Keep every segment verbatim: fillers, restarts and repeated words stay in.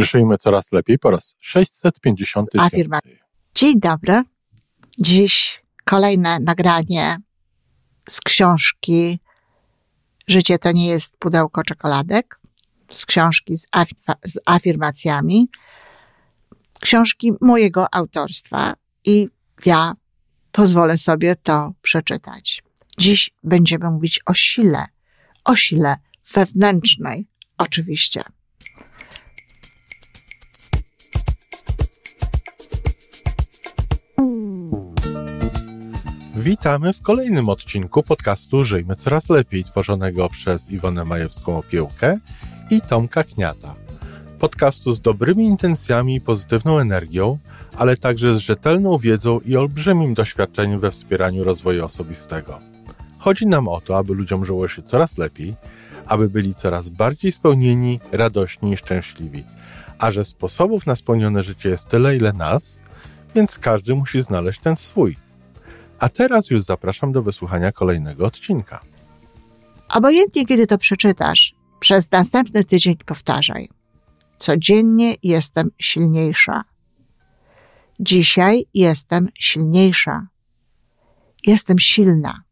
Żyjmy coraz lepiej po raz sześćset pięćdziesiąty dziewiąty. Dzień dobry. Dziś kolejne nagranie z książki Życie to nie jest pudełko czekoladek. Z książki z, af- z afirmacjami. Książki mojego autorstwa i ja pozwolę sobie to przeczytać. Dziś będziemy mówić o sile. O sile wewnętrznej, oczywiście. Witamy w kolejnym odcinku podcastu Żyjmy Coraz Lepiej, tworzonego przez Iwonę Majewską-Opiełkę i Tomka Kniata. Podcastu z dobrymi intencjami i pozytywną energią, ale także z rzetelną wiedzą i olbrzymim doświadczeniem we wspieraniu rozwoju osobistego. Chodzi nam o to, aby ludziom żyło się coraz lepiej, aby byli coraz bardziej spełnieni, radośni i szczęśliwi. A że sposobów na spełnione życie jest tyle, ile nas, więc każdy musi znaleźć ten swój. A teraz już zapraszam do wysłuchania kolejnego odcinka. Obojętnie kiedy to przeczytasz, przez następny tydzień powtarzaj. Codziennie jestem silniejsza. Dzisiaj jestem silniejsza. Jestem silna.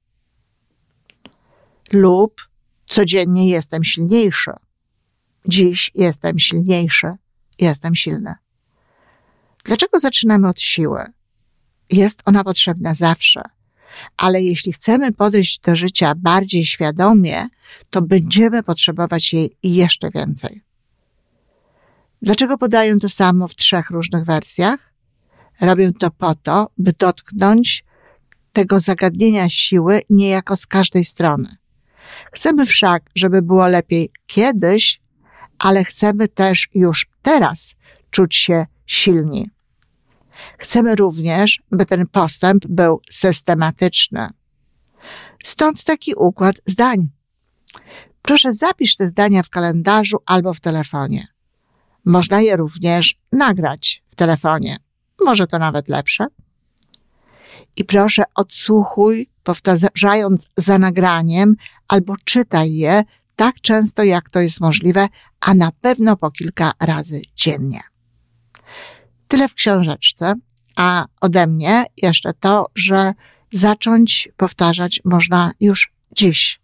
Lub codziennie jestem silniejszy. Dziś jestem silniejszy. Jestem silny. Dlaczego zaczynamy od siły? Jest ona potrzebna zawsze. Ale jeśli chcemy podejść do życia bardziej świadomie, to będziemy potrzebować jej jeszcze więcej. Dlaczego podaję to samo w trzech różnych wersjach? Robię to po to, by dotknąć tego zagadnienia siły niejako z każdej strony. Chcemy wszak, żeby było lepiej kiedyś, ale chcemy też już teraz czuć się silni. Chcemy również, by ten postęp był systematyczny. Stąd taki układ zdań. Proszę zapisz te zdania w kalendarzu albo w telefonie. Można je również nagrać w telefonie. Może to nawet lepsze. I proszę odsłuchuj, powtarzając za nagraniem, albo czytaj je tak często, jak to jest możliwe, a na pewno po kilka razy dziennie. Tyle w książeczce, a ode mnie jeszcze to, że zacząć powtarzać można już dziś.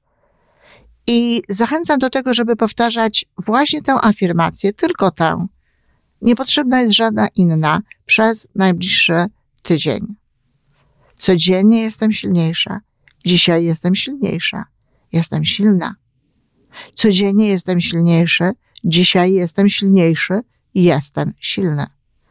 I zachęcam do tego, żeby powtarzać właśnie tę afirmację, tylko tę. Niepotrzebna jest żadna inna przez najbliższy tydzień. Codziennie jestem silniejsza. Dzisiaj jestem silniejsza. Jestem silna. Codziennie jestem silniejszy. Dzisiaj jestem silniejszy. Jestem silny.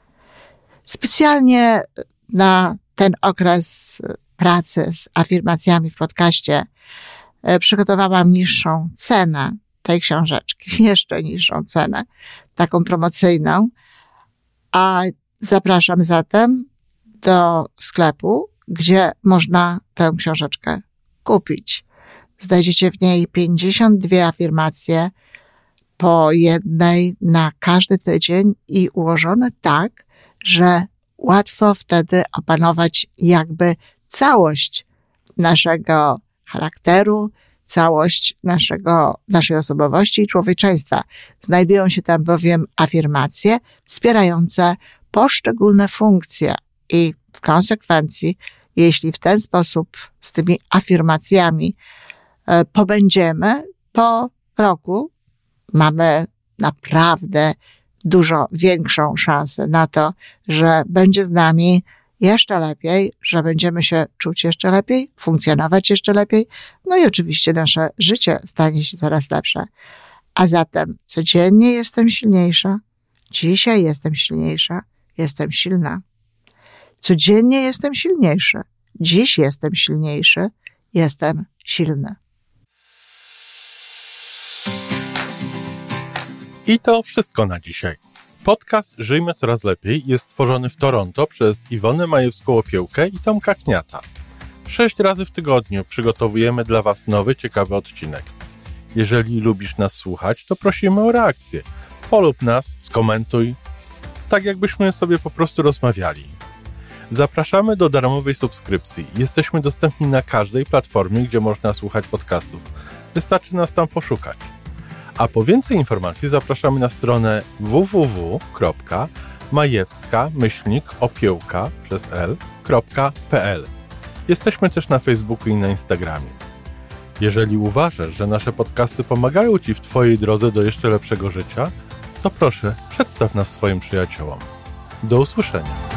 Specjalnie na ten okres pracy z afirmacjami w podcaście przygotowałam niższą cenę tej książeczki, jeszcze niższą cenę, taką promocyjną. A zapraszam zatem do sklepu, gdzie można tę książeczkę kupić. Znajdziecie w niej pięćdziesiąt dwie afirmacje, po jednej na każdy tydzień i ułożone tak, że łatwo wtedy opanować jakby całość naszego charakteru, całość naszego, naszej osobowości i człowieczeństwa. Znajdują się tam bowiem afirmacje wspierające poszczególne funkcje i w konsekwencji, jeśli w ten sposób z tymi afirmacjami e, pobędziemy, po roku mamy naprawdę dużo większą szansę na to, że będzie z nami jeszcze lepiej, że będziemy się czuć jeszcze lepiej, funkcjonować jeszcze lepiej, no i oczywiście nasze życie stanie się coraz lepsze. A zatem codziennie jestem silniejsza, dzisiaj jestem silniejsza, jestem silna. Codziennie jestem silniejszy, dziś jestem silniejszy, jestem silny. I to wszystko na dzisiaj. Podcast Żyjmy Coraz Lepiej jest stworzony w Toronto przez Iwonę Majewską-Opiełkę i Tomka Kniata. Sześć razy w tygodniu przygotowujemy dla Was nowy, ciekawy odcinek. Jeżeli lubisz nas słuchać, to prosimy o reakcję. Polub nas, skomentuj, tak jakbyśmy sobie po prostu rozmawiali. Zapraszamy do darmowej subskrypcji. Jesteśmy dostępni na każdej platformie, gdzie można słuchać podcastów. Wystarczy nas tam poszukać. A po więcej informacji zapraszamy na stronę w w w kropka majewska myślnik opiełka przez l kropka p l. Jesteśmy też na Facebooku i na Instagramie. Jeżeli uważasz, że nasze podcasty pomagają Ci w Twojej drodze do jeszcze lepszego życia, to proszę, przedstaw nas swoim przyjaciołom. Do usłyszenia.